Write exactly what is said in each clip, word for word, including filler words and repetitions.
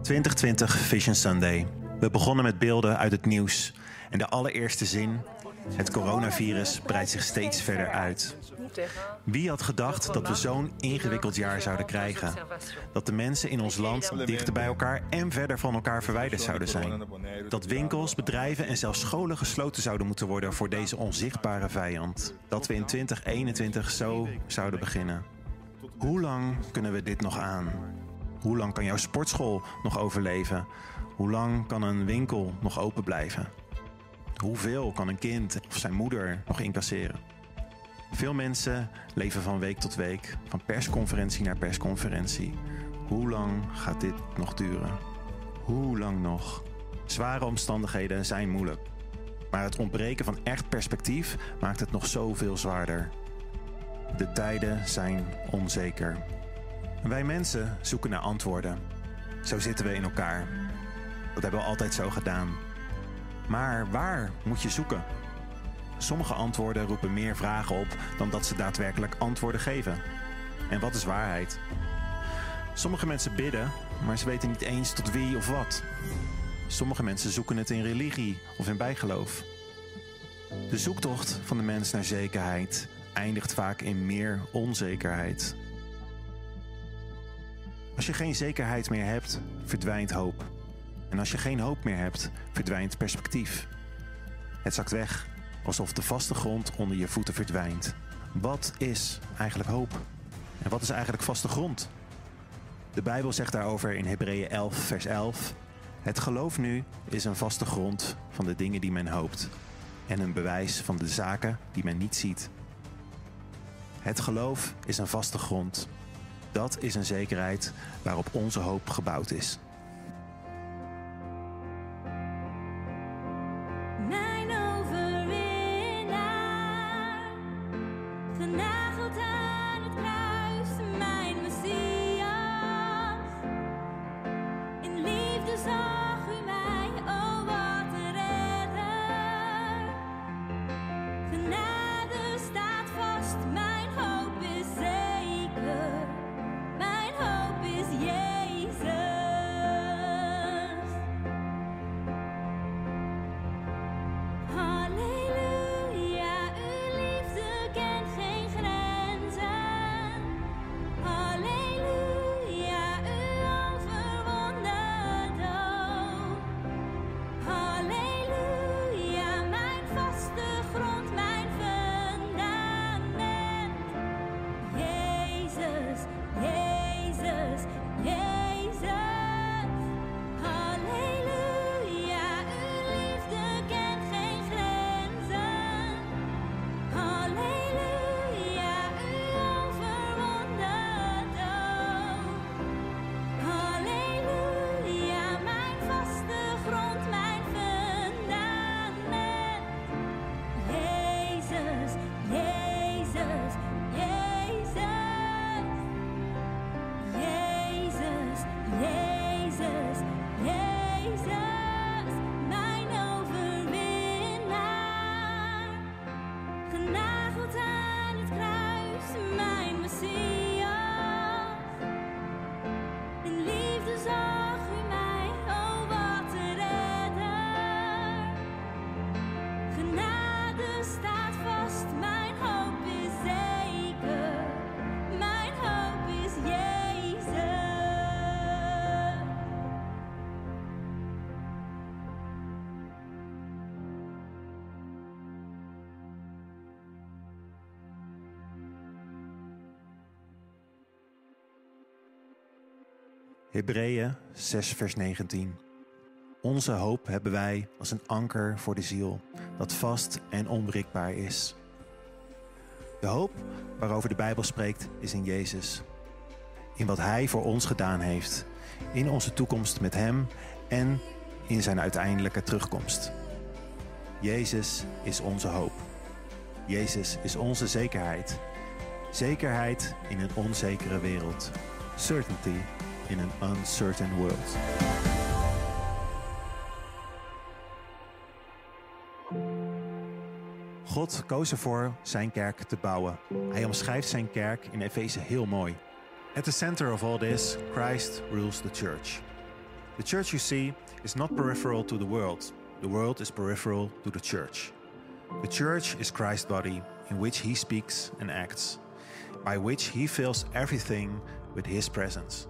twintig twintig Vision Sunday. We begonnen met beelden uit het nieuws. En de allereerste zin: het coronavirus breidt zich steeds verder uit. Wie had gedacht dat we zo'n ingewikkeld jaar zouden krijgen? Dat de mensen in ons land dichter bij elkaar en verder van elkaar verwijderd zouden zijn. Dat winkels, bedrijven en zelfs scholen gesloten zouden moeten worden voor deze onzichtbare vijand. Dat we in twintig eenentwintig zo zouden beginnen. Hoe lang kunnen we dit nog aan? Hoe lang kan jouw sportschool nog overleven? Hoe lang kan een winkel nog open blijven? Hoeveel kan een kind of zijn moeder nog incasseren? Veel mensen leven van week tot week, van persconferentie naar persconferentie. Hoe lang gaat dit nog duren? Hoe lang nog? Zware omstandigheden zijn moeilijk. Maar het ontbreken van echt perspectief maakt het nog zoveel zwaarder. De tijden zijn onzeker. Wij mensen zoeken naar antwoorden. Zo zitten we in elkaar. Dat hebben we altijd zo gedaan. Maar waar moet je zoeken? Sommige antwoorden roepen meer vragen op dan dat ze daadwerkelijk antwoorden geven. En wat is waarheid? Sommige mensen bidden, maar ze weten niet eens tot wie of wat. Sommige mensen zoeken het in religie of in bijgeloof. De zoektocht van de mens naar zekerheid eindigt vaak in meer onzekerheid. Als je geen zekerheid meer hebt, verdwijnt hoop. En als je geen hoop meer hebt, verdwijnt perspectief. Het zakt weg, alsof de vaste grond onder je voeten verdwijnt. Wat is eigenlijk hoop? En wat is eigenlijk vaste grond? De Bijbel zegt daarover in Hebreeën elf, vers elf... Het geloof nu is een vaste grond van de dingen die men hoopt. En een bewijs van de zaken die men niet ziet. Het geloof is een vaste grond. Dat is een zekerheid waarop onze hoop gebouwd is. Mijn overwinnaar, genageld aan het kruis, mijn Messias. In liefde zag u mij, oh wat een redder. Genade staat vast, mijn hoop is zeker. Mijn hoop is Jezus. Halleluja, uw liefde kent geen grenzen. Halleluja, uw onverwonnen dood. Halleluja, mijn vaste grond, mijn fundament. Jezus, Jezus, Jezus. Halleluja, uw liefde kent geen grenzen. Halleluja, uw onverwonnen dood. Halleluja, mijn vaste grond, mijn fundament. Jezus, Jezus, Jezus. Jezus, Jezus, Jezus, mijn overwinnaar. Genageld aan het kruis, mijn Messias. In liefde zag u mij, oh wat een redder. Genade staat vast, mijn hoop is zeker. Mijn hoop is Jezus. Hebreeën zes, vers negentien. Onze hoop hebben wij als een anker voor de ziel, dat vast en onwrikbaar is. De hoop waarover de Bijbel spreekt is in Jezus. In wat Hij voor ons gedaan heeft. In onze toekomst met Hem en in zijn uiteindelijke terugkomst. Jezus is onze hoop. Jezus is onze zekerheid. Zekerheid in een onzekere wereld. Certainty in an uncertain world. God koos ervoor zijn kerk te bouwen. Hij omschrijft zijn kerk in Efeze heel mooi. At the center of all this, Christ rules the church. The church you see is not peripheral to the world. The world is peripheral to the church. The church is Christ's body, in which he speaks and acts, by which he fills everything with his presence.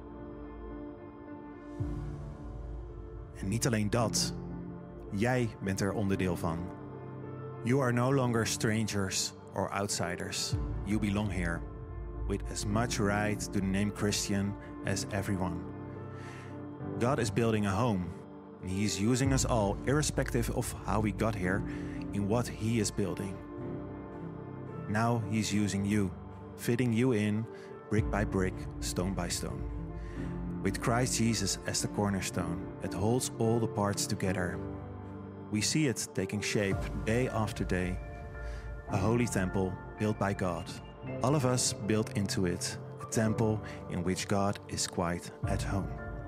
En niet alleen dat, jij bent er onderdeel van. You are no longer strangers or outsiders. You belong here, with as much right to the name Christian as everyone. God is building a home, and he is using us all, irrespective of how we got here, in what he is building. Now he's using you, fitting you in, brick by brick, stone by stone. With Christ Jesus as the cornerstone that holds all the parts together. We see it taking shape day after day. A holy temple built by God. All of us built into it. A temple in which God is quite at home.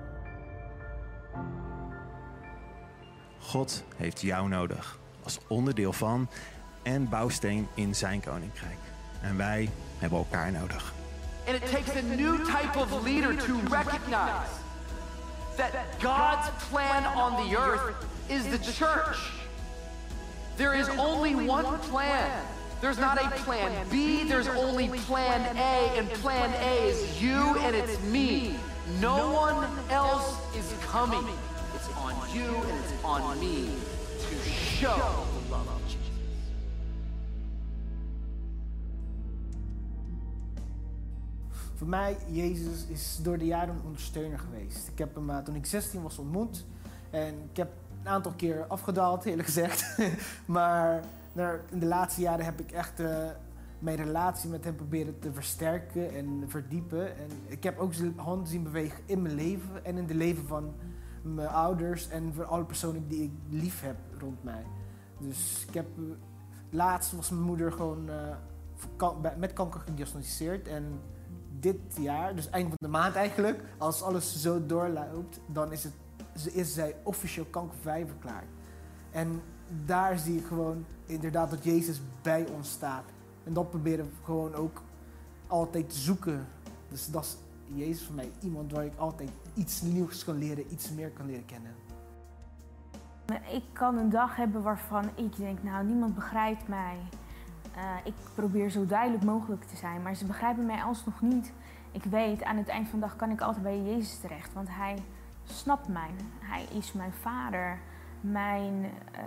God heeft jou nodig als onderdeel van en bouwsteen in zijn koninkrijk. En wij hebben elkaar nodig. And it takes a new type of leader to recognize that God's plan on the earth is the church. There is only one plan. There's not a plan B, there's only plan A, and plan A is you and it's me. No one else is coming. It's on you and it's on me to show the love of Jesus. Voor mij, Jezus is door de jaren een ondersteuner geweest. Ik heb hem uh, toen ik zestien was ontmoet. En ik heb een aantal keer afgedaald, eerlijk gezegd. maar naar, in de laatste jaren heb ik echt uh, mijn relatie met hem proberen te versterken en verdiepen. En ik heb ook zijn hand zien bewegen in mijn leven en in het leven van mijn ouders en voor alle personen die ik lief heb rond mij. Dus ik heb, uh, laatst was mijn moeder gewoon uh, met kanker gediagnosticeerd. En dit jaar, dus eind van de maand eigenlijk, als alles zo doorloopt, dan is, het, is zij officieel kankervrij verklaard. En daar zie ik gewoon inderdaad dat Jezus bij ons staat. En dat proberen we gewoon ook altijd te zoeken. Dus dat is Jezus voor mij iemand waar ik altijd iets nieuws kan leren, iets meer kan leren kennen. Ik kan een dag hebben waarvan ik denk, nou, niemand begrijpt mij. Uh, ik probeer zo duidelijk mogelijk te zijn, maar ze begrijpen mij alsnog niet. Ik weet, aan het eind van de dag kan ik altijd bij Jezus terecht, want hij snapt mij. Hij is mijn vader, mijn, uh,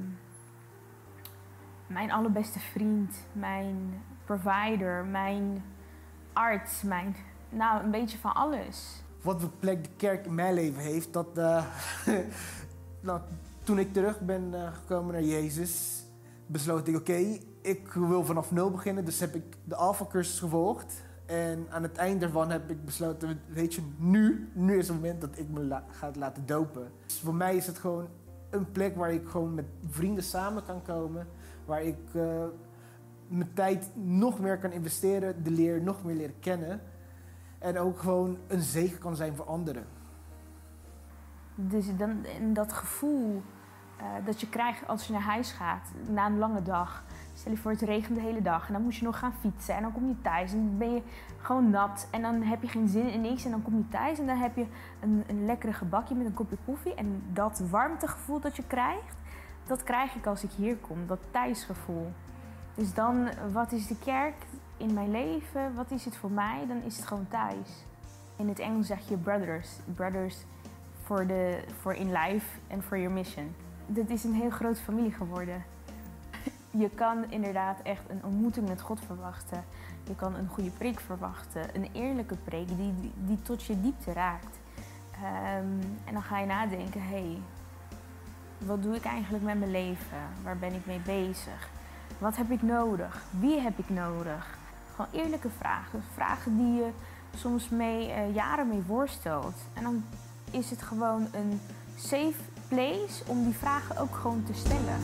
mijn allerbeste vriend, mijn provider, mijn arts, mijn, nou, een beetje van alles. Wat voor plek de kerk in mijn leven heeft, dat uh, nou, toen ik terug ben uh, gekomen naar Jezus, besloot ik, oké, okay, ik wil vanaf nul beginnen, dus heb ik de Alpha-cursus gevolgd. En aan het eind daarvan heb ik besloten, weet je, nu, nu is het moment dat ik me la- ga laten dopen. Dus voor mij is het gewoon een plek waar ik gewoon met vrienden samen kan komen. Waar ik uh, mijn tijd nog meer kan investeren, de leer nog meer leren kennen. En ook gewoon een zegen kan zijn voor anderen. Dus dan, en dat gevoel uh, dat je krijgt als je naar huis gaat na een lange dag. Stel je voor, het regent de hele dag en dan moet je nog gaan fietsen en dan kom je thuis en dan ben je gewoon nat en dan heb je geen zin in niks en dan kom je thuis en dan heb je een, een lekkere gebakje met een kopje koffie en dat warmtegevoel dat je krijgt, dat krijg ik als ik hier kom, dat thuisgevoel. Dus dan, wat is de kerk in mijn leven, wat is het voor mij, dan is het gewoon thuis. In het Engels zeg je brothers, brothers for, the, for in life and for your mission. Dit is een heel grote familie geworden. Je kan inderdaad echt een ontmoeting met God verwachten. Je kan een goede preek verwachten. Een eerlijke preek die, die, die tot je diepte raakt. Um, en dan ga je nadenken, hé, hey, wat doe ik eigenlijk met mijn leven? Waar ben ik mee bezig? Wat heb ik nodig? Wie heb ik nodig? Gewoon eerlijke vragen. Vragen die je soms mee, uh, jaren mee worstelt. En dan is het gewoon een safe place om die vragen ook gewoon te stellen.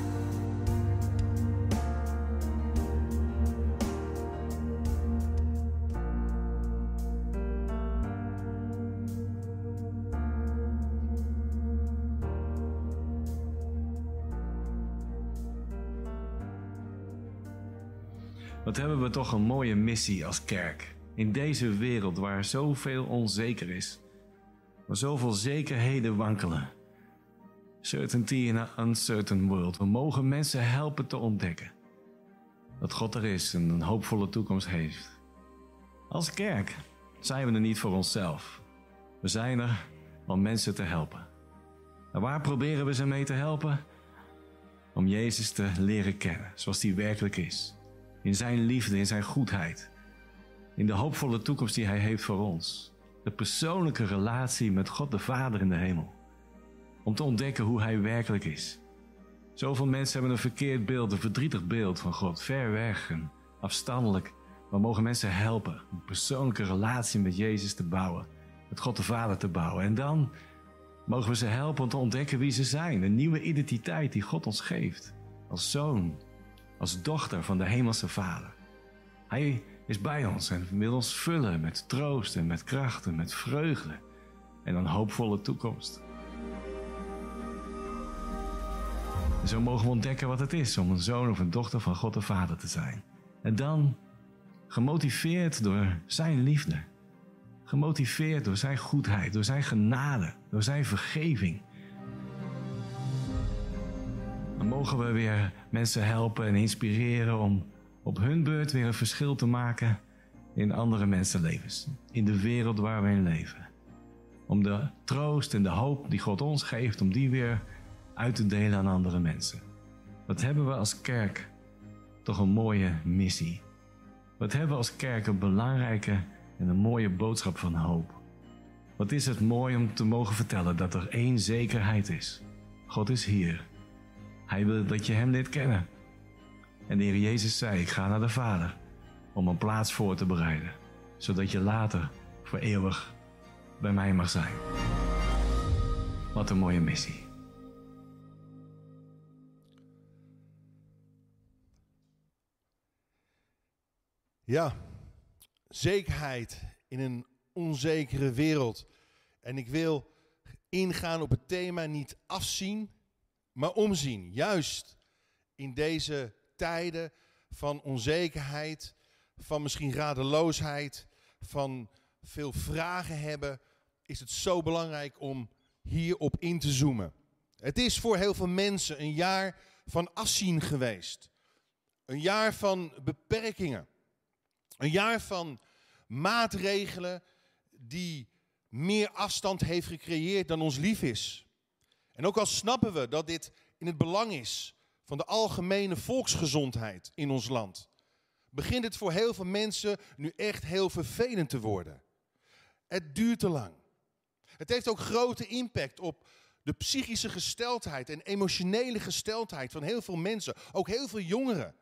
Wat hebben we toch een mooie missie als kerk. In deze wereld waar zoveel onzeker is. waar zoveel zekerheden wankelen. Certainty in an uncertain world. We mogen mensen helpen te ontdekken dat God er is en een hoopvolle toekomst heeft. Als kerk zijn we er niet voor onszelf. We zijn er om mensen te helpen. En waar proberen we ze mee te helpen? Om Jezus te leren kennen, zoals hij werkelijk is. In zijn liefde, in zijn goedheid. In de hoopvolle toekomst die hij heeft voor ons. De persoonlijke relatie met God de Vader in de hemel. Om te ontdekken hoe hij werkelijk is. Zoveel mensen hebben een verkeerd beeld, een verdrietig beeld van God. Ver weg en afstandelijk. We mogen mensen helpen een persoonlijke relatie met Jezus te bouwen. Met God de Vader te bouwen. En dan mogen we ze helpen om te ontdekken wie ze zijn. Een nieuwe identiteit die God ons geeft. Als zoon, als dochter van de hemelse Vader. Hij is bij ons en wil ons vullen met troost en met kracht en met vreugde. En een hoopvolle toekomst. En zo mogen we ontdekken wat het is om een zoon of een dochter van God de Vader te zijn. En dan, gemotiveerd door zijn liefde. Gemotiveerd door zijn goedheid, door zijn genade, door zijn vergeving. Dan mogen we weer mensen helpen en inspireren om op hun beurt weer een verschil te maken in andere mensenlevens. In de wereld waar we in leven. Om de troost en de hoop die God ons geeft, om die weer uit te delen aan andere mensen. Wat hebben we als kerk toch een mooie missie. Wat hebben we als kerk een belangrijke en een mooie boodschap van hoop. Wat is het mooi om te mogen vertellen dat er één zekerheid is. God is hier. Hij wil dat je hem leert kennen. En de Heer Jezus zei, ik ga naar de Vader om een plaats voor te bereiden. Zodat je later voor eeuwig bij mij mag zijn. Wat een mooie missie. Ja, zekerheid in een onzekere wereld. En ik wil ingaan op het thema niet afzien, maar omzien. Juist in deze tijden van onzekerheid, van misschien radeloosheid, van veel vragen hebben, is het zo belangrijk om hierop in te zoomen. Het is voor heel veel mensen een jaar van afzien geweest. Een jaar van beperkingen. Een jaar van maatregelen die meer afstand heeft gecreëerd dan ons lief is. En ook al snappen we dat dit in het belang is van de algemene volksgezondheid in ons land, begint het voor heel veel mensen nu echt heel vervelend te worden. Het duurt te lang. Het heeft ook grote impact op de psychische gesteldheid en emotionele gesteldheid van heel veel mensen. Ook heel veel jongeren.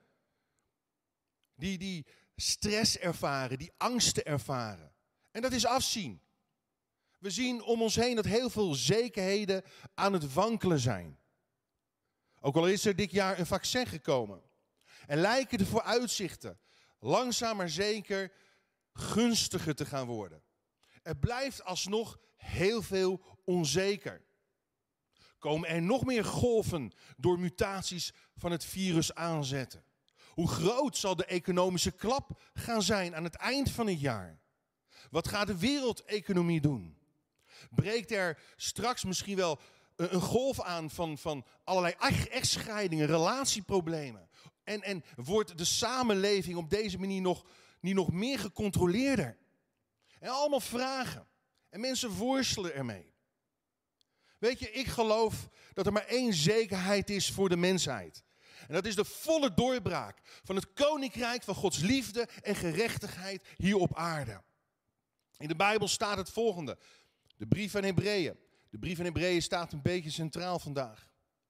Die, die stress ervaren, die angsten ervaren. En dat is afzien. We zien om ons heen dat heel veel zekerheden aan het wankelen zijn. Ook al is er dit jaar een vaccin gekomen. En lijken de vooruitzichten langzaam maar zeker gunstiger te gaan worden. Er blijft alsnog heel veel onzeker. Komen er nog meer golven door mutaties van het virus aanzetten? Hoe groot zal de economische klap gaan zijn aan het eind van het jaar? Wat gaat de wereldeconomie doen? Breekt er straks misschien wel een golf aan van, van allerlei echtscheidingen, relatieproblemen? En, en wordt de samenleving op deze manier nog, niet nog meer gecontroleerder? En allemaal vragen. En mensen worstelen ermee. Weet je, ik geloof dat er maar één zekerheid is voor de mensheid. En dat is de volle doorbraak van het koninkrijk van Gods liefde en gerechtigheid hier op aarde. In de Bijbel staat het volgende. De brief van Hebreeën. De brief van Hebreeën staat een beetje centraal vandaag.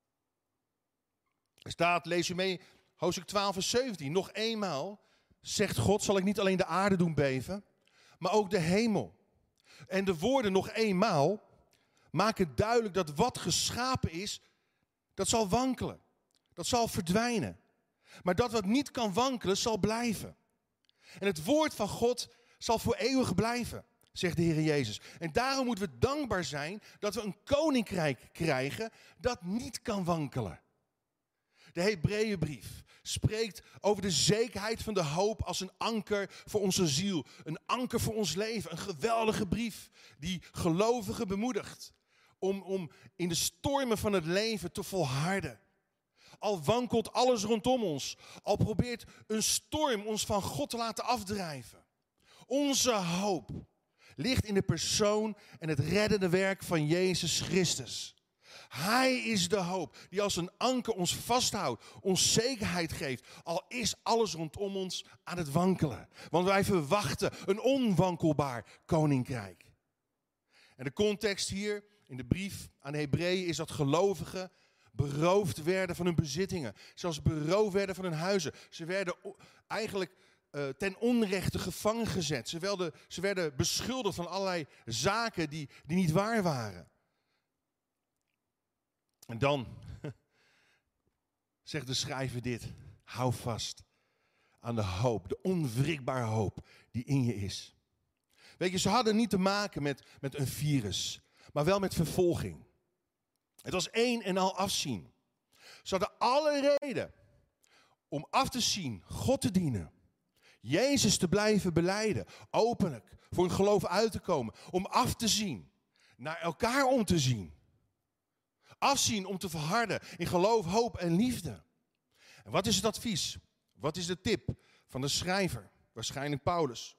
Er staat, lees je mee, hoofdstuk twaalf vers zeventien. Nog eenmaal, zegt God, zal ik niet alleen de aarde doen beven, maar ook de hemel. En de woorden nog eenmaal maken duidelijk dat wat geschapen is, dat zal wankelen. Dat zal verdwijnen. Maar dat wat niet kan wankelen, zal blijven. En het woord van God zal voor eeuwig blijven, zegt de Heer Jezus. En daarom moeten we dankbaar zijn dat we een koninkrijk krijgen dat niet kan wankelen. De Hebreeënbrief Spreekt over de zekerheid van de hoop als een anker voor onze ziel. Een anker voor ons leven. Een geweldige brief die gelovigen bemoedigt. Om, om in de stormen van het leven te volharden. Al wankelt alles rondom ons. Al probeert een storm ons van God te laten afdrijven. Onze hoop ligt in de persoon en het reddende werk van Jezus Christus. Hij is de hoop die als een anker ons vasthoudt, ons zekerheid geeft. Al is alles rondom ons aan het wankelen. Want wij verwachten een onwankelbaar koninkrijk. En de context hier in de brief aan de Hebreeën is dat gelovigen beroofd werden van hun bezittingen. Zelfs beroofd werden van hun huizen. Ze werden eigenlijk uh, ten onrechte gevangen gezet. Ze werden, ze werden beschuldigd van allerlei zaken die, die niet waar waren. En dan zegt de schrijver dit. Hou vast aan de hoop, de onwrikbare hoop die in je is. Weet je, ze hadden niet te maken met, met een virus, maar wel met vervolging. Het was één en al afzien. Ze hadden alle reden om af te zien, God te dienen. Jezus te blijven belijden, openlijk, voor hun geloof uit te komen. Om af te zien, naar elkaar om te zien. Afzien om te verharden in geloof, hoop en liefde. En wat is het advies? Wat is de tip van de schrijver? Waarschijnlijk Paulus.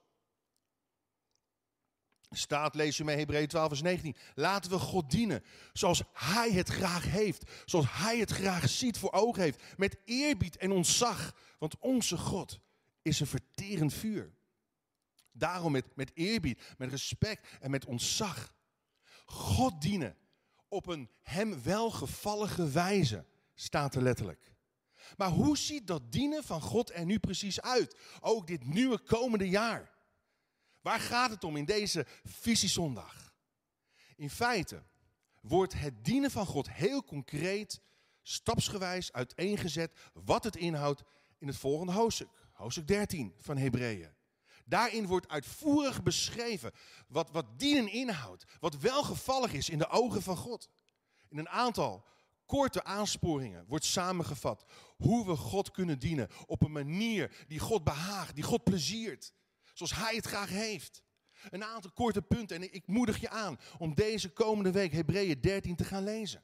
Staat, lees je mee Hebreeën twaalf vers negentien. Laten we God dienen zoals hij het graag heeft. Zoals hij het graag ziet, voor ogen heeft. Met eerbied en ontzag. Want onze God is een verterend vuur. Daarom met, met eerbied, met respect en met ontzag. God dienen op een hem welgevallige wijze, staat er letterlijk. Maar hoe ziet dat dienen van God er nu precies uit? Ook dit nieuwe komende jaar. Waar gaat het om in deze visiezondag? In feite wordt het dienen van God heel concreet, stapsgewijs uiteengezet wat het inhoudt in het volgende hoofdstuk. Hoofdstuk dertien van Hebreeën. Daarin wordt uitvoerig beschreven wat, wat dienen inhoudt. Wat welgevallig is in de ogen van God. In een aantal korte aansporingen wordt samengevat hoe we God kunnen dienen op een manier die God behaagt, die God pleziert. Zoals hij het graag heeft. Een aantal korte punten en ik moedig je aan om deze komende week Hebreeën dertien te gaan lezen.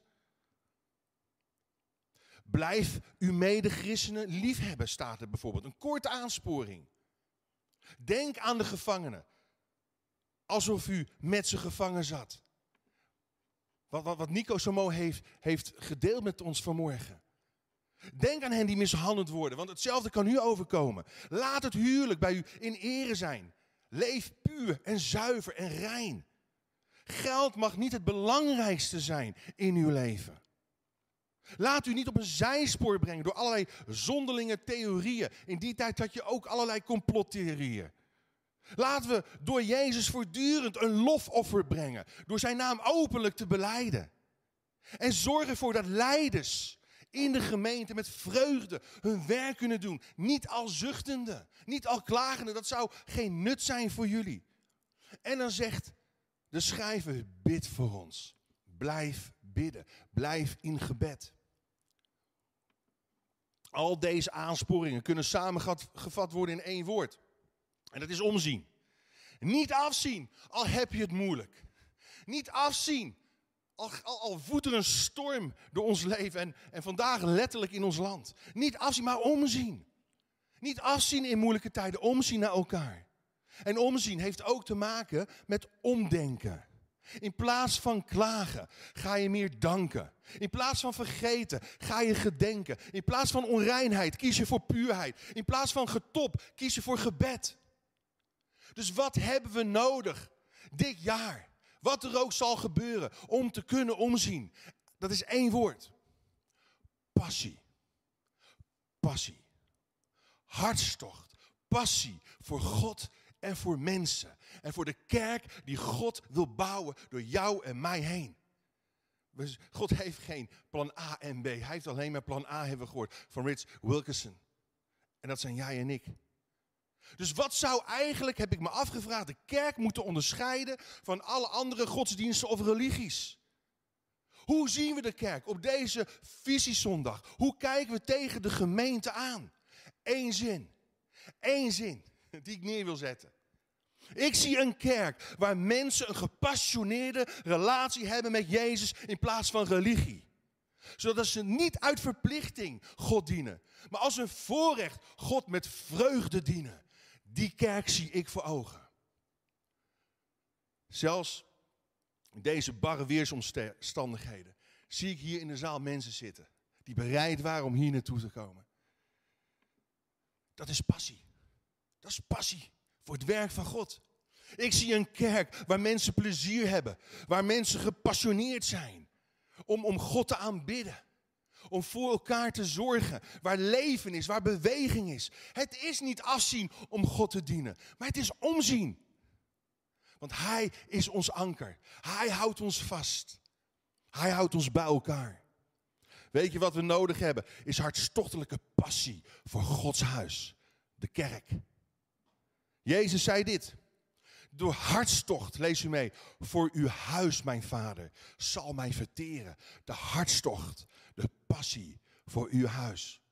Blijf uw medechristenen liefhebben, staat er bijvoorbeeld. Een korte aansporing. Denk aan de gevangenen. Alsof u met ze gevangen zat. Wat, wat, wat Nico zo mooi heeft, heeft gedeeld met ons vanmorgen. Denk aan hen die mishandeld worden, want hetzelfde kan u overkomen. Laat het huwelijk bij u in ere zijn. Leef puur en zuiver en rein. Geld mag niet het belangrijkste zijn in uw leven. Laat u niet op een zijspoor brengen door allerlei zonderlinge theorieën. In die tijd had je ook allerlei complottheorieën. Laten we door Jezus voortdurend een lofoffer brengen. Door zijn naam openlijk te belijden. En zorg ervoor dat leiders in de gemeente met vreugde hun werk kunnen doen. Niet al zuchtende, niet al klagende. Dat zou geen nut zijn voor jullie. En dan zegt de schrijver, bid voor ons. Blijf bidden. Blijf in gebed. Al deze aansporingen kunnen samengevat worden in één woord. En dat is omzien. Niet afzien, al heb je het moeilijk. Niet afzien, al, al, al voedt er een storm door ons leven en, en vandaag letterlijk in ons land. Niet afzien, maar omzien. Niet afzien in moeilijke tijden, omzien naar elkaar. En omzien heeft ook te maken met omdenken. In plaats van klagen ga je meer danken. In plaats van vergeten ga je gedenken. In plaats van onreinheid kies je voor puurheid. In plaats van getop kies je voor gebed. Dus wat hebben we nodig dit jaar? Wat er ook zal gebeuren om te kunnen omzien. Dat is één woord. Passie. Passie. Hartstocht. Passie voor God en voor mensen. En voor de kerk die God wil bouwen door jou en mij heen. God heeft geen plan A en B. Hij heeft alleen maar plan A, hebben we gehoord, van Rich Wilkerson. En dat zijn jij en ik. Dus wat zou eigenlijk, heb ik me afgevraagd, de kerk moeten onderscheiden van alle andere godsdiensten of religies? Hoe zien we de kerk op deze visiezondag? Hoe kijken we tegen de gemeente aan? Eén zin. Eén zin die ik neer wil zetten. Ik zie een kerk waar mensen een gepassioneerde relatie hebben met Jezus in plaats van religie. Zodat ze niet uit verplichting God dienen, maar als een voorrecht God met vreugde dienen. Die kerk zie ik voor ogen. Zelfs in deze barre weersomstandigheden zie ik hier in de zaal mensen zitten die bereid waren om hier naartoe te komen. Dat is passie. Dat is passie voor het werk van God. Ik zie een kerk waar mensen plezier hebben, waar mensen gepassioneerd zijn om, om God te aanbidden. Om voor elkaar te zorgen, waar leven is, waar beweging is. Het is niet afzien om God te dienen, maar het is omzien. Want Hij is ons anker. Hij houdt ons vast. Hij houdt ons bij elkaar. Weet je wat we nodig hebben? Is hartstochtelijke passie voor Gods huis. De kerk. Jezus zei dit. Door hartstocht, lees u mee, voor uw huis, mijn vader, zal mij verteren. De hartstocht, de passie voor uw huis.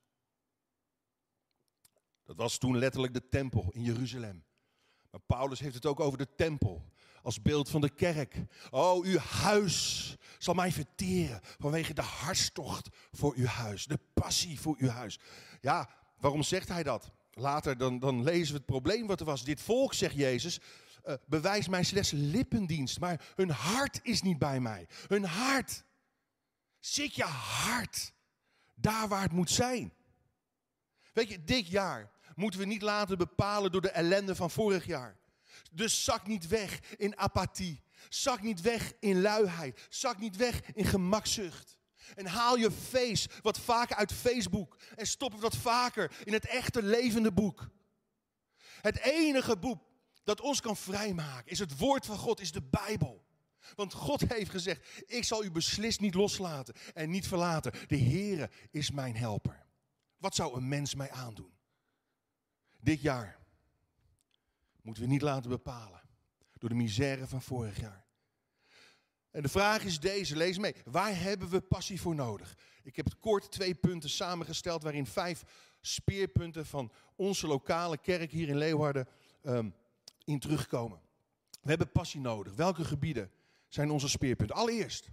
Dat was toen letterlijk de tempel in Jeruzalem. Maar Paulus heeft het ook over de tempel als beeld van de kerk. Oh, uw huis zal mij verteren vanwege de hartstocht voor uw huis. De passie voor uw huis. Ja, waarom zegt hij dat? Later dan, dan lezen we het probleem wat er was. Dit volk, zegt Jezus, uh, bewijst mij slechts lippendienst. Maar hun hart is niet bij mij. Hun hart. Zit je hart daar waar het moet zijn? Weet je, dit jaar moeten we niet laten bepalen door de ellende van vorig jaar. Dus zak niet weg in apathie. Zak niet weg in luiheid. Zak niet weg in gemakzucht. En haal je face wat vaker uit Facebook. En stop het wat vaker in het echte levende boek. Het enige boek dat ons kan vrijmaken is het woord van God, is de Bijbel. Want God heeft gezegd, ik zal u beslist niet loslaten en niet verlaten. De Heere is mijn helper. Wat zou een mens mij aandoen? Dit jaar moeten we niet laten bepalen door de misère van vorig jaar. En de vraag is deze, lees mee. Waar hebben we passie voor nodig? Ik heb het kort twee punten samengesteld waarin vijf speerpunten van onze lokale kerk hier in Leeuwarden um, in terugkomen. We hebben passie nodig. Welke gebieden zijn onze speerpunten? Allereerst,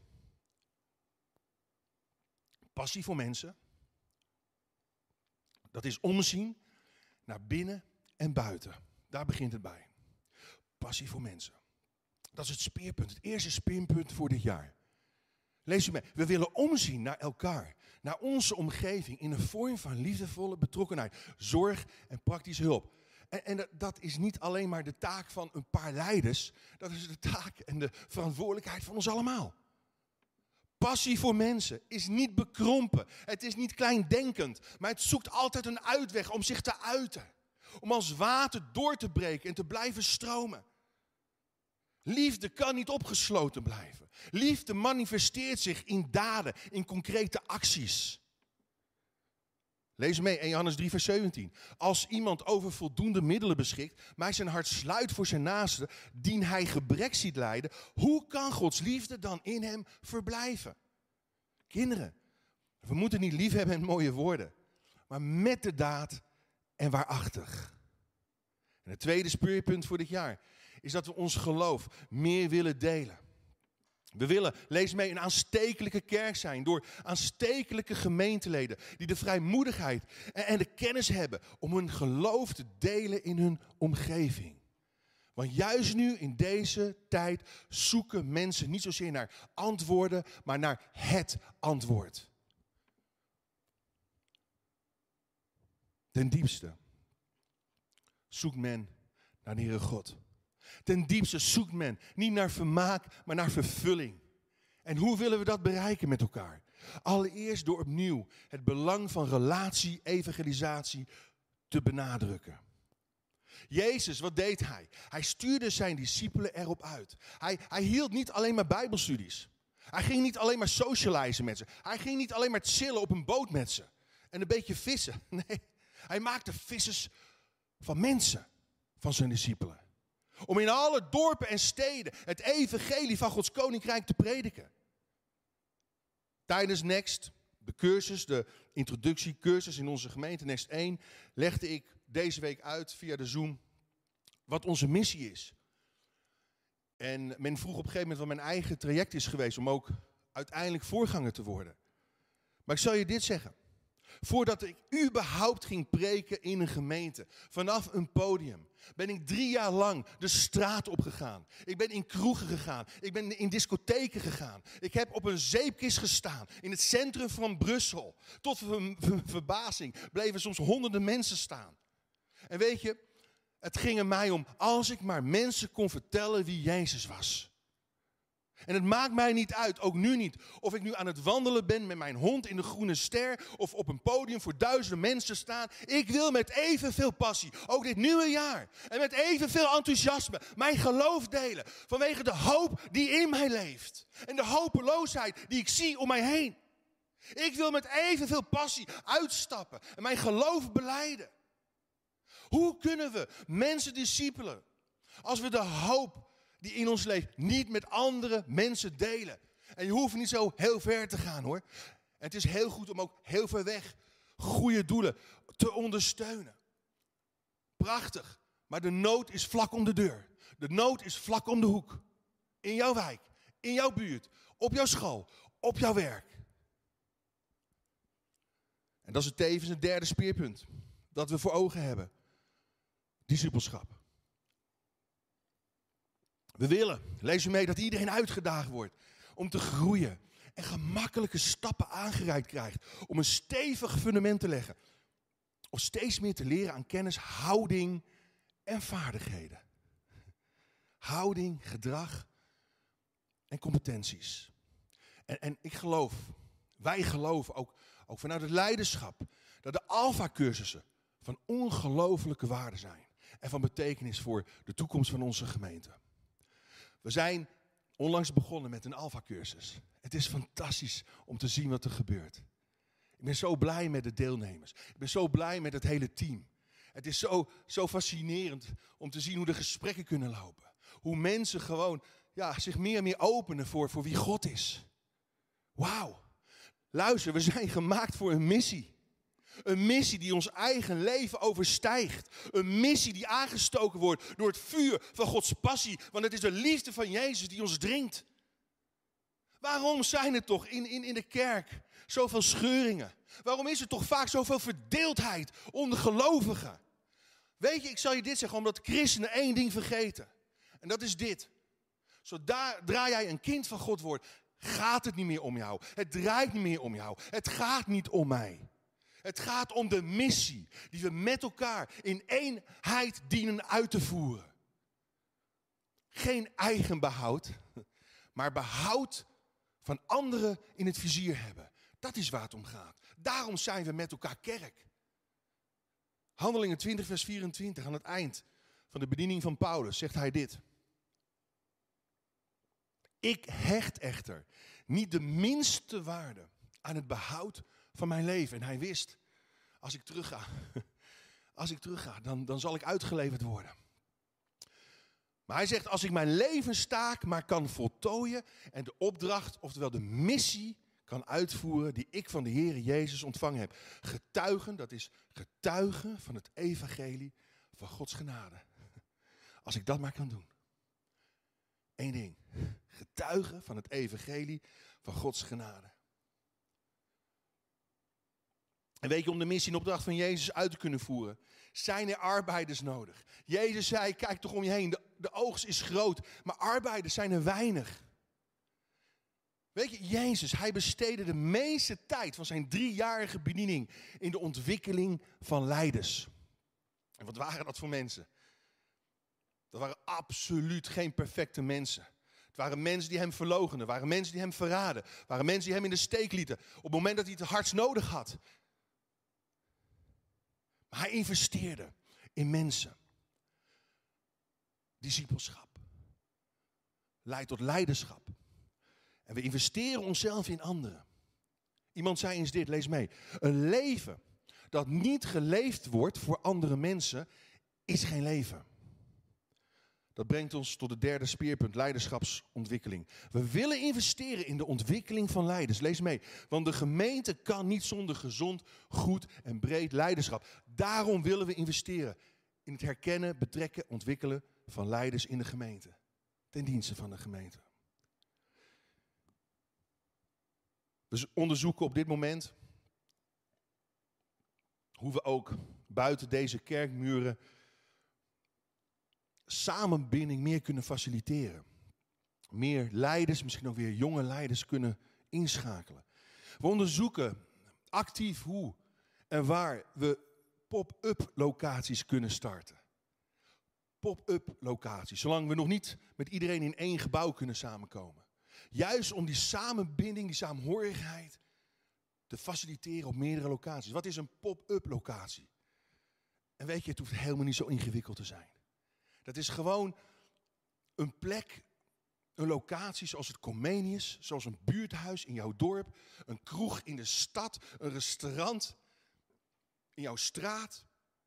passie voor mensen. Dat is omzien naar binnen en buiten. Daar begint het bij. Passie voor mensen. Dat is het speerpunt, het eerste speerpunt voor dit jaar. Lees u mee. We willen omzien naar elkaar, naar onze omgeving in een vorm van liefdevolle betrokkenheid, zorg en praktische hulp. En, en dat, dat is niet alleen maar de taak van een paar leiders, dat is de taak en de verantwoordelijkheid van ons allemaal. Passie voor mensen is niet bekrompen, het is niet kleindenkend, maar het zoekt altijd een uitweg om zich te uiten. Om als water door te breken en te blijven stromen. Liefde kan niet opgesloten blijven. Liefde manifesteert zich in daden, in concrete acties. Lees mee, Eerste Johannes drie vers zeventien. Als iemand over voldoende middelen beschikt, maar zijn hart sluit voor zijn naaste, dien hij gebrek ziet lijden, hoe kan Gods liefde dan in hem verblijven? Kinderen, we moeten niet lief hebben met mooie woorden, maar met de daad en waarachtig. En het tweede speerpunt voor dit jaar is dat we ons geloof meer willen delen. We willen, lees mee, een aanstekelijke kerk zijn door aanstekelijke gemeenteleden die de vrijmoedigheid en, en de kennis hebben om hun geloof te delen in hun omgeving. Want juist nu in deze tijd zoeken mensen niet zozeer naar antwoorden, maar naar het antwoord. Ten diepste zoekt men naar de Heere God. Ten diepste zoekt men niet naar vermaak, maar naar vervulling. En hoe willen we dat bereiken met elkaar? Allereerst door opnieuw het belang van relatie, evangelisatie te benadrukken. Jezus, wat deed hij? Hij stuurde zijn discipelen erop uit. Hij, hij hield niet alleen maar bijbelstudies. Hij ging niet alleen maar socializen met ze. Hij ging niet alleen maar chillen op een boot met ze. En een beetje vissen. Nee, hij maakte vissers van mensen, van zijn discipelen. Om in alle dorpen en steden het evangelie van Gods koninkrijk te prediken. Tijdens Next, de cursus, de introductiecursus in onze gemeente Next één, legde ik deze week uit via de Zoom wat onze missie is. En men vroeg op een gegeven moment wat mijn eigen traject is geweest om ook uiteindelijk voorganger te worden. Maar ik zal je dit zeggen. Voordat ik überhaupt ging preken in een gemeente, vanaf een podium, ben ik drie jaar lang de straat opgegaan. Ik ben in kroegen gegaan. Ik ben in discotheken gegaan. Ik heb op een zeepkist gestaan in het centrum van Brussel. Tot ver, ver, verbazing bleven soms honderden mensen staan. En weet je, het ging er mij om als ik maar mensen kon vertellen wie Jezus was. En het maakt mij niet uit, ook nu niet, of ik nu aan het wandelen ben met mijn hond in de Groene Ster of op een podium voor duizenden mensen staan. Ik wil met evenveel passie, ook dit nieuwe jaar, en met evenveel enthousiasme mijn geloof delen. Vanwege de hoop die in mij leeft en de hopeloosheid die ik zie om mij heen. Ik wil met evenveel passie uitstappen en mijn geloof belijden. Hoe kunnen we mensen discipelen als we de hoop die in ons leeft niet met andere mensen delen? En je hoeft niet zo heel ver te gaan, hoor. En het is heel goed om ook heel ver weg goede doelen te ondersteunen. Prachtig. Maar de nood is vlak om de deur. De nood is vlak om de hoek. In jouw wijk, in jouw buurt, op jouw school, op jouw werk. En dat is het tevens het derde speerpunt dat we voor ogen hebben. Discipelschap. We willen, lees u mee, dat iedereen uitgedaagd wordt om te groeien en gemakkelijke stappen aangereikt krijgt om een stevig fundament te leggen. Of steeds meer te leren aan kennis, houding en vaardigheden. Houding, gedrag en competenties. En, en ik geloof, wij geloven ook, ook vanuit het leiderschap, dat de Alpha-cursussen van ongelofelijke waarde zijn. En van betekenis voor de toekomst van onze gemeente. We zijn onlangs begonnen met een Alpha-cursus. Het is fantastisch om te zien wat er gebeurt. Ik ben zo blij met de deelnemers. Ik ben zo blij met het hele team. Het is zo, zo fascinerend om te zien hoe de gesprekken kunnen lopen. Hoe mensen gewoon ja, zich meer en meer openen voor, voor wie God is. Wauw. Luister, we zijn gemaakt voor een missie. Een missie die ons eigen leven overstijgt. Een missie die aangestoken wordt door het vuur van Gods passie. Want het is de liefde van Jezus die ons dringt. Waarom zijn er toch in, in, in de kerk zoveel scheuringen? Waarom is er toch vaak zoveel verdeeldheid onder gelovigen? Weet je, ik zal je dit zeggen, omdat christenen één ding vergeten. En dat is dit. Zodra jij een kind van God wordt, gaat het niet meer om jou. Het draait niet meer om jou. Het gaat niet om mij. Het gaat om de missie die we met elkaar in eenheid dienen uit te voeren. Geen eigen behoud, maar behoud van anderen in het vizier hebben. Dat is waar het om gaat. Daarom zijn we met elkaar kerk. Handelingen twintig vers vierentwintig, aan het eind van de bediening van Paulus, zegt hij dit. Ik hecht echter niet de minste waarde aan het behoud van mijn leven. En hij wist, als ik terugga, als ik terugga, dan, dan zal ik uitgeleverd worden. Maar hij zegt, als ik mijn levenstaak maar kan voltooien en de opdracht, oftewel de missie, kan uitvoeren die ik van de Heere Jezus ontvangen heb. Getuigen, dat is getuigen van het evangelie van Gods genade. Als ik dat maar kan doen. Eén ding, getuigen van het evangelie van Gods genade. En weet je, om de missie en opdracht van Jezus uit te kunnen voeren, zijn er arbeiders nodig. Jezus zei, kijk toch om je heen, de, de oogst is groot, maar arbeiders zijn er weinig. Weet je, Jezus, hij besteedde de meeste tijd van zijn driejarige bediening in de ontwikkeling van leiders. En wat waren dat voor mensen? Dat waren absoluut geen perfecte mensen. Het waren mensen die hem verloochenen, waren mensen die hem verraden, waren mensen die hem in de steek lieten op het moment dat hij het hardst nodig had. Maar hij investeerde in mensen. Discipelschap leidt tot leiderschap. En we investeren onszelf in anderen. Iemand zei eens dit, lees mee. Een leven dat niet geleefd wordt voor andere mensen, is geen leven. Dat brengt ons tot het derde speerpunt, leiderschapsontwikkeling. We willen investeren in de ontwikkeling van leiders. Lees mee. Want de gemeente kan niet zonder gezond, goed en breed leiderschap. Daarom willen we investeren in het herkennen, betrekken, ontwikkelen van leiders in de gemeente. Ten dienste van de gemeente. We onderzoeken op dit moment hoe we ook buiten deze kerkmuren samenbinding meer kunnen faciliteren. Meer leiders, misschien ook weer jonge leiders kunnen inschakelen. We onderzoeken actief hoe en waar we pop-up locaties kunnen starten. Pop-up locaties, zolang we nog niet met iedereen in één gebouw kunnen samenkomen. Juist om die samenbinding, die saamhorigheid te faciliteren op meerdere locaties. Wat is een pop-up locatie? En weet je, het hoeft helemaal niet zo ingewikkeld te zijn. Dat is gewoon een plek, een locatie zoals het Comenius, zoals een buurthuis in jouw dorp, een kroeg in de stad, een restaurant in jouw straat,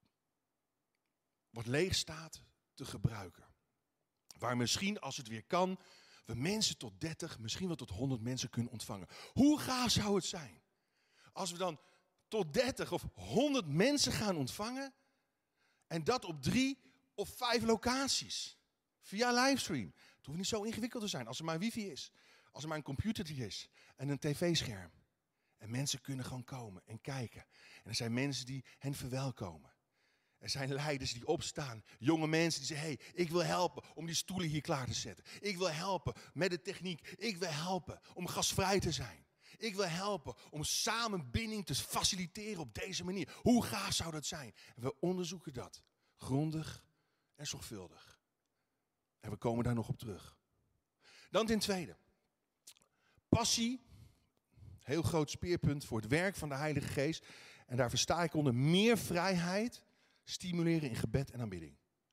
wat leeg staat, te gebruiken. Waar misschien, als het weer kan, we mensen tot dertig, misschien wel tot honderd mensen kunnen ontvangen. Hoe gaaf zou het zijn als we dan tot dertig of honderd mensen gaan ontvangen en dat op drie of vijf locaties, via livestream. Het hoeft niet zo ingewikkeld te zijn. Als er maar wifi is, als er maar een computer is en een tv-scherm. En mensen kunnen gewoon komen en kijken. En er zijn mensen die hen verwelkomen. Er zijn leiders die opstaan. Jonge mensen die zeggen, hey, ik wil helpen om die stoelen hier klaar te zetten. Ik wil helpen met de techniek. Ik wil helpen om gasvrij te zijn. Ik wil helpen om samenbinding te faciliteren op deze manier. Hoe gaaf zou dat zijn? En we onderzoeken dat grondig en zorgvuldig. En we komen daar nog op terug. Dan ten tweede. Passie. Heel groot speerpunt voor het werk van de Heilige Geest. En daar versta ik onder meer vrijheid. Stimuleren in gebed en aanbidding.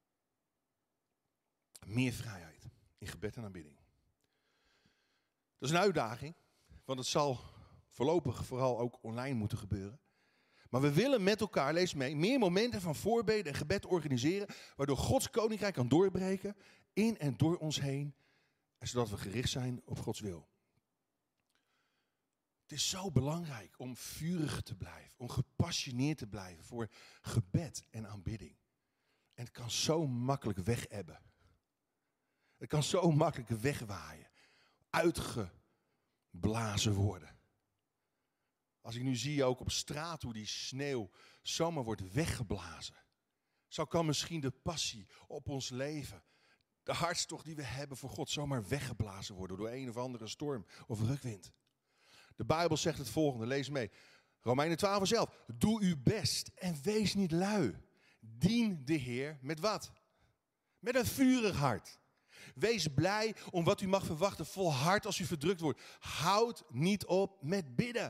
Meer vrijheid in gebed en aanbidding. Dat is een uitdaging. Want het zal voorlopig vooral ook online moeten gebeuren. Maar we willen met elkaar, lees mee, meer momenten van voorbeden en gebed organiseren. Waardoor Gods koninkrijk kan doorbreken in en door ons heen. En zodat we gericht zijn op Gods wil. Het is zo belangrijk om vurig te blijven. Om gepassioneerd te blijven voor gebed en aanbidding. En het kan zo makkelijk wegebben. Het kan zo makkelijk wegwaaien. Uitgeblazen worden. Als ik nu zie ook op straat hoe die sneeuw zomaar wordt weggeblazen. Zo kan misschien de passie op ons leven, de hartstocht die we hebben voor God, zomaar weggeblazen worden door een of andere storm of rukwind. De Bijbel zegt het volgende, lees mee. Romeinen twaalf vers elf. Doe uw best en wees niet lui. Dien de Heer met wat? Met een vurig hart. Wees blij om wat u mag verwachten, volhard als u verdrukt wordt. Houd niet op met bidden.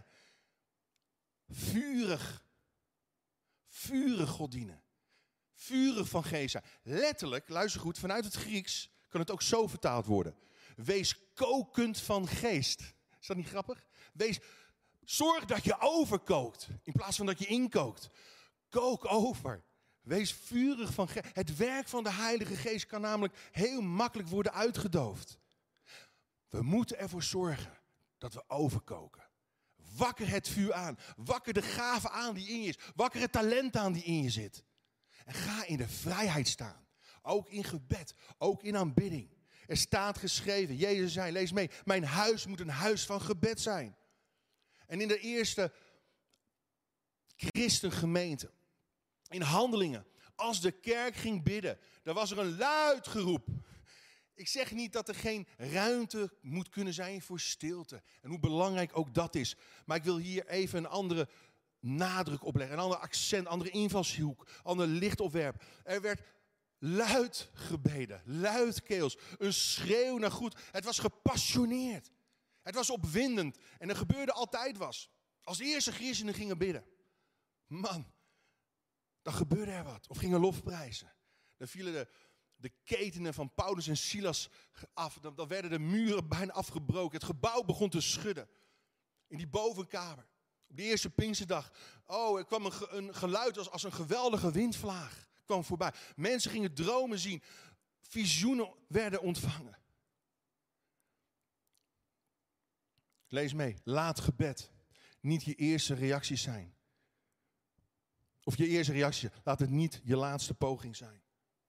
Vurig. Vurig God dienen. Vurig van geest zijn. Letterlijk, luister goed, vanuit het Grieks kan het ook zo vertaald worden. Wees kokend van geest. Is dat niet grappig? Wees, zorg dat je overkookt in plaats van dat je inkookt. Kook over. Wees vurig van geest. Het werk van de Heilige Geest kan namelijk heel makkelijk worden uitgedoofd. We moeten ervoor zorgen dat we overkoken. Wakker het vuur aan. Wakker de gave aan die in je is. Wakker het talent aan die in je zit. En ga in de vrijheid staan. Ook in gebed. Ook in aanbidding. Er staat geschreven. Jezus zei, lees mee. Mijn huis moet een huis van gebed zijn. En in de eerste christengemeente. In Handelingen. Als de kerk ging bidden. Dan was er een luid geroep. Ik zeg niet dat er geen ruimte moet kunnen zijn voor stilte. En hoe belangrijk ook dat is. Maar ik wil hier even een andere nadruk opleggen. Een ander accent, een andere invalshoek. Een ander licht opwerpen. Er werd luid gebeden. Luidkeels. Een schreeuw naar goed. Het was gepassioneerd. Het was opwindend. En er gebeurde altijd was. Als de eerste christenen gingen bidden. Man, dan gebeurde er wat. Of gingen lofprijzen. Dan vielen de... De ketenen van Paulus en Silas af. Dan, dan werden de muren bijna afgebroken. Het gebouw begon te schudden. In die bovenkamer. Op de eerste Pinksterdag. Oh, er kwam een, een geluid als, als een geweldige windvlaag. Kwam voorbij. Mensen gingen dromen zien. visioenen werden ontvangen. Lees mee. Laat gebed niet je eerste reactie zijn. Of je eerste reactie. Laat het niet je laatste poging zijn.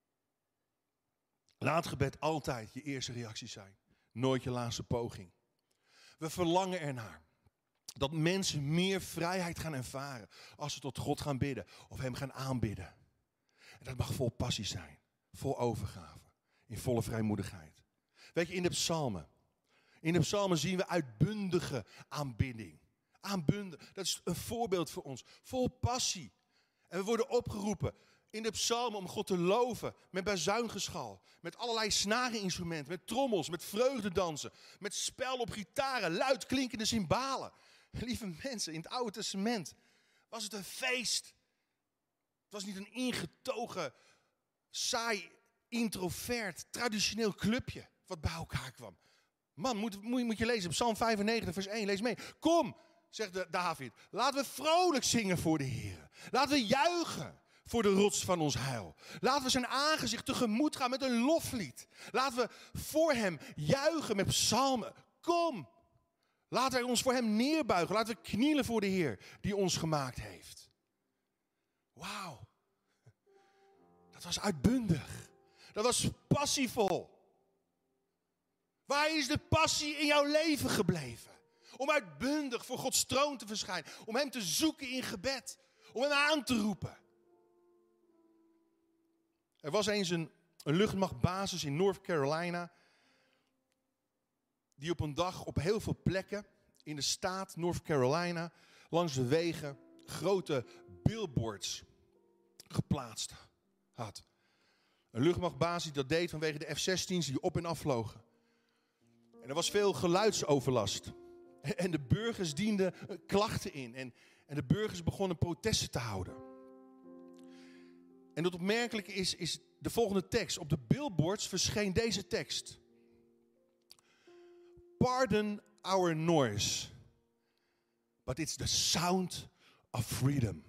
Laat gebed altijd je eerste reactie zijn. Nooit je laatste poging. We verlangen ernaar dat mensen meer vrijheid gaan ervaren als ze tot God gaan bidden of hem gaan aanbidden. En dat mag vol passie zijn, vol overgave, in volle vrijmoedigheid. Weet je, in de psalmen, in de psalmen zien we uitbundige aanbidding. Aanbundig, dat is een voorbeeld voor ons, vol passie. En we worden opgeroepen in de psalmen om God te loven met bazuingeschal, met allerlei snareninstrumenten, met trommels, met vreugdedansen, met spel op gitaren, luid klinkende cymbalen. Lieve mensen, in het Oude Testament was het een feest. Het was niet een ingetogen, saai, introvert, traditioneel clubje wat bij elkaar kwam. Man, moet, moet, moet je lezen, Psalm vijfennegentig vers één, lees mee. Kom, zegt David, laten we vrolijk zingen voor de Heer. Laten we juichen voor de rots van ons heil. Laten we zijn aangezicht tegemoet gaan met een loflied. Laten we voor hem juichen met psalmen. Kom, laten we ons voor hem neerbuigen. Laten we knielen voor de Heer die ons gemaakt heeft. Wauw. Dat was uitbundig. Dat was passievol. Waar is de passie in jouw leven gebleven? Om uitbundig voor Gods troon te verschijnen. Om hem te zoeken in gebed. Om hem aan te roepen. Er was eens een, een luchtmachtbasis in North Carolina. Die op een dag op heel veel plekken in de staat North Carolina langs de wegen grote billboards geplaatst had. Een luchtmachtbasis die dat deed vanwege de F zestien's die op en af vlogen. En er was veel geluidsoverlast. En de burgers dienden klachten in. En, en de burgers begonnen protesten te houden. En het opmerkelijke is, is de volgende tekst. Op de billboards verscheen deze tekst. Pardon our noise, but it's the sound of freedom.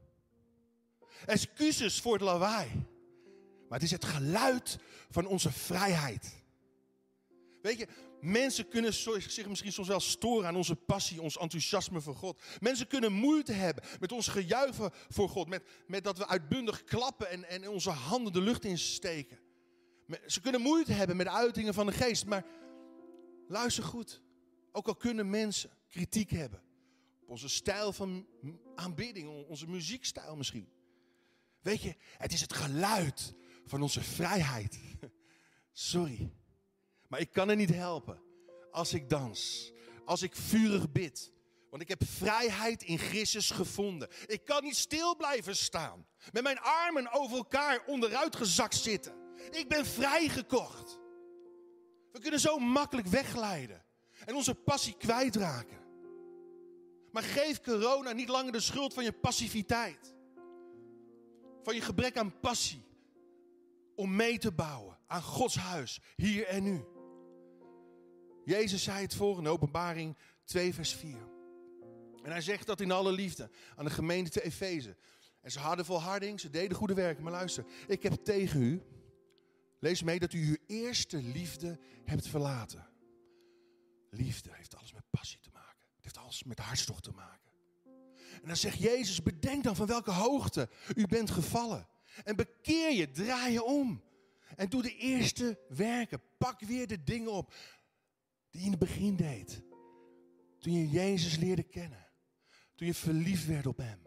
Excuses voor het lawaai, maar het is het geluid van onze vrijheid. Weet je, mensen kunnen zich misschien soms wel storen aan onze passie, ons enthousiasme voor God. Mensen kunnen moeite hebben met ons gejuichen voor God. Met, met dat we uitbundig klappen en, en onze handen de lucht insteken. Ze kunnen moeite hebben met uitingen van de geest. Maar luister goed. Ook al kunnen mensen kritiek hebben op onze stijl van aanbidding, onze muziekstijl misschien. Weet je, het is het geluid van onze vrijheid. Sorry. Maar ik kan er niet helpen als ik dans, als ik vurig bid. Want ik heb vrijheid in Christus gevonden. Ik kan niet stil blijven staan, met mijn armen over elkaar onderuit gezakt zitten. Ik ben vrijgekocht. We kunnen zo makkelijk wegglijden en onze passie kwijtraken. Maar geef corona niet langer de schuld van je passiviteit. Van je gebrek aan passie. Om mee te bouwen aan Gods huis, hier en nu. Jezus zei het volgende, Openbaring twee vers vier. En hij zegt dat in alle liefde aan de gemeente te Efeze. En ze hadden volharding, ze deden goede werken. Maar luister, ik heb tegen u, lees mee, dat u uw eerste liefde hebt verlaten. Liefde heeft alles met passie te maken. Het heeft alles met hartstocht te maken. En dan zegt Jezus, bedenk dan van welke hoogte u bent gevallen. En bekeer je, draai je om. En doe de eerste werken. Pak weer de dingen op die je in het begin deed. Toen je Jezus leerde kennen. Toen je verliefd werd op hem.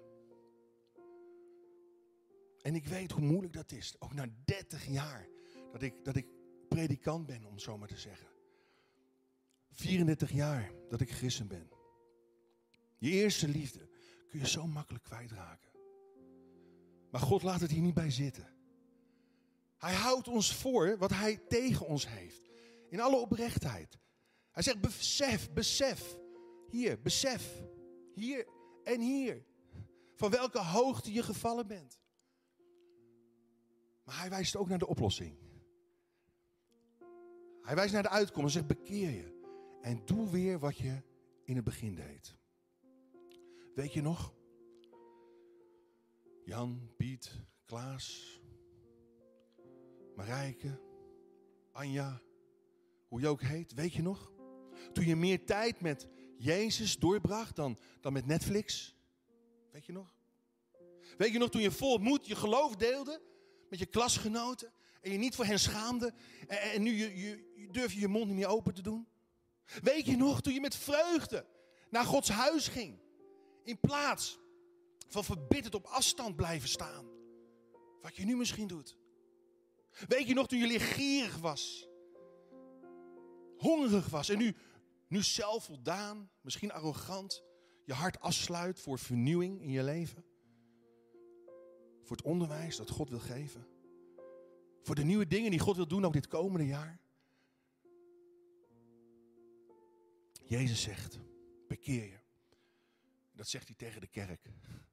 En ik weet hoe moeilijk dat is. Ook na dertig jaar dat ik, dat ik predikant ben, om het zo maar te zeggen. vierendertig jaar dat ik christen ben. Je eerste liefde kun je zo makkelijk kwijtraken. Maar God laat het hier niet bij zitten. Hij houdt ons voor wat hij tegen ons heeft. In alle oprechtheid. Hij zegt besef, besef. Hier, besef. Hier en hier. Van welke hoogte je gevallen bent. Maar hij wijst ook naar de oplossing. Hij wijst naar de uitkomst en zegt bekeer je. En doe weer wat je in het begin deed. Weet je nog? Jan, Piet, Klaas, Marijke, Anja, hoe je ook heet, weet je nog? Toen je meer tijd met Jezus doorbracht dan, dan met Netflix. Weet je nog? Weet je nog toen je vol moed je geloof deelde met je klasgenoten en je niet voor hen schaamde en, en nu je, je, je durf je je mond niet meer open te doen? Weet je nog toen je met vreugde naar Gods huis ging in plaats van verbitterd op afstand blijven staan? Wat je nu misschien doet. Weet je nog toen je leergierig was, hongerig was en nu, nu zelfvoldaan, misschien arrogant, je hart afsluit voor vernieuwing in je leven? Voor het onderwijs dat God wil geven. Voor de nieuwe dingen die God wil doen ook dit komende jaar. Jezus zegt, bekeer je. Dat zegt hij tegen de kerk.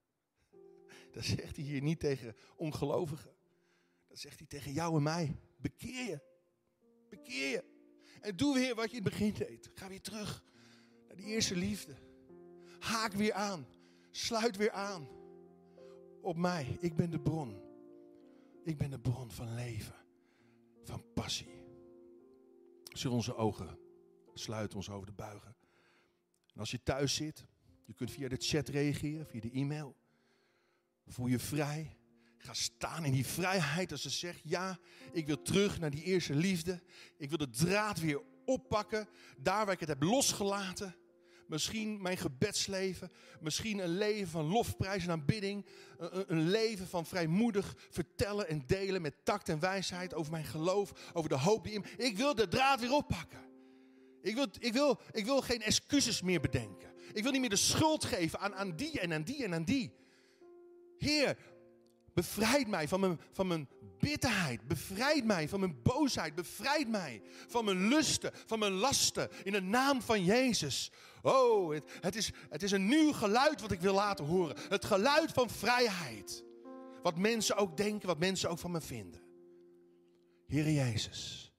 Dat zegt hij hier niet tegen ongelovigen. Dat zegt hij tegen jou en mij. Bekeer je. Bekeer je. En doe weer wat je in het begin deed. Ga weer terug naar die eerste liefde. Haak weer aan. Sluit weer aan. Op mij. Ik ben de bron. Ik ben de bron van leven. Van passie. Zullen onze ogen sluiten, ons over de buigen. En als je thuis zit, je kunt via de chat reageren, via de e-mail. Voel je vrij. Ga staan in die vrijheid als ze zegt, ja, ik wil terug naar die eerste liefde. Ik wil de draad weer oppakken, daar waar ik het heb losgelaten. Misschien mijn gebedsleven, misschien een leven van lofprijs en aanbidding. Een, een leven van vrijmoedig vertellen en delen met tact en wijsheid over mijn geloof, over de hoop die in me. Ik wil de draad weer oppakken. Ik wil, ik wil, ik wil geen excuses meer bedenken. Ik wil niet meer de schuld geven aan, aan die en aan die en aan die. Heer, bevrijd mij van mijn, van mijn bitterheid. Bevrijd mij van mijn boosheid. Bevrijd mij van mijn lusten, van mijn lasten. In de naam van Jezus. Oh, het, het, is, het is een nieuw geluid wat ik wil laten horen. Het geluid van vrijheid. Wat mensen ook denken, wat mensen ook van me vinden. Heere Jezus,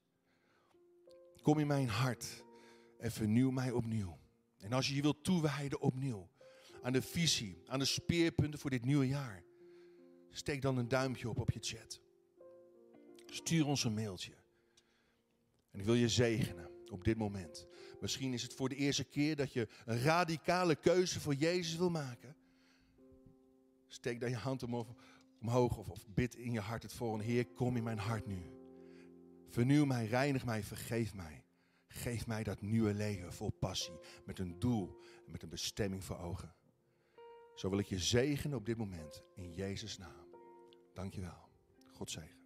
kom in mijn hart en vernieuw mij opnieuw. En als je je wilt toewijden opnieuw aan de visie, aan de speerpunten voor dit nieuwe jaar, steek dan een duimpje op op je chat. Stuur ons een mailtje. En ik wil je zegenen op dit moment. Misschien is het voor de eerste keer dat je een radicale keuze voor Jezus wil maken. Steek dan je hand omhoog of, of bid in je hart het volgende. Heer, kom in mijn hart nu. Vernieuw mij, reinig mij, vergeef mij. Geef mij dat nieuwe leven vol passie. Met een doel en met een bestemming voor ogen. Zo wil ik je zegenen op dit moment. In Jezus' naam. Dank je wel. God zegen.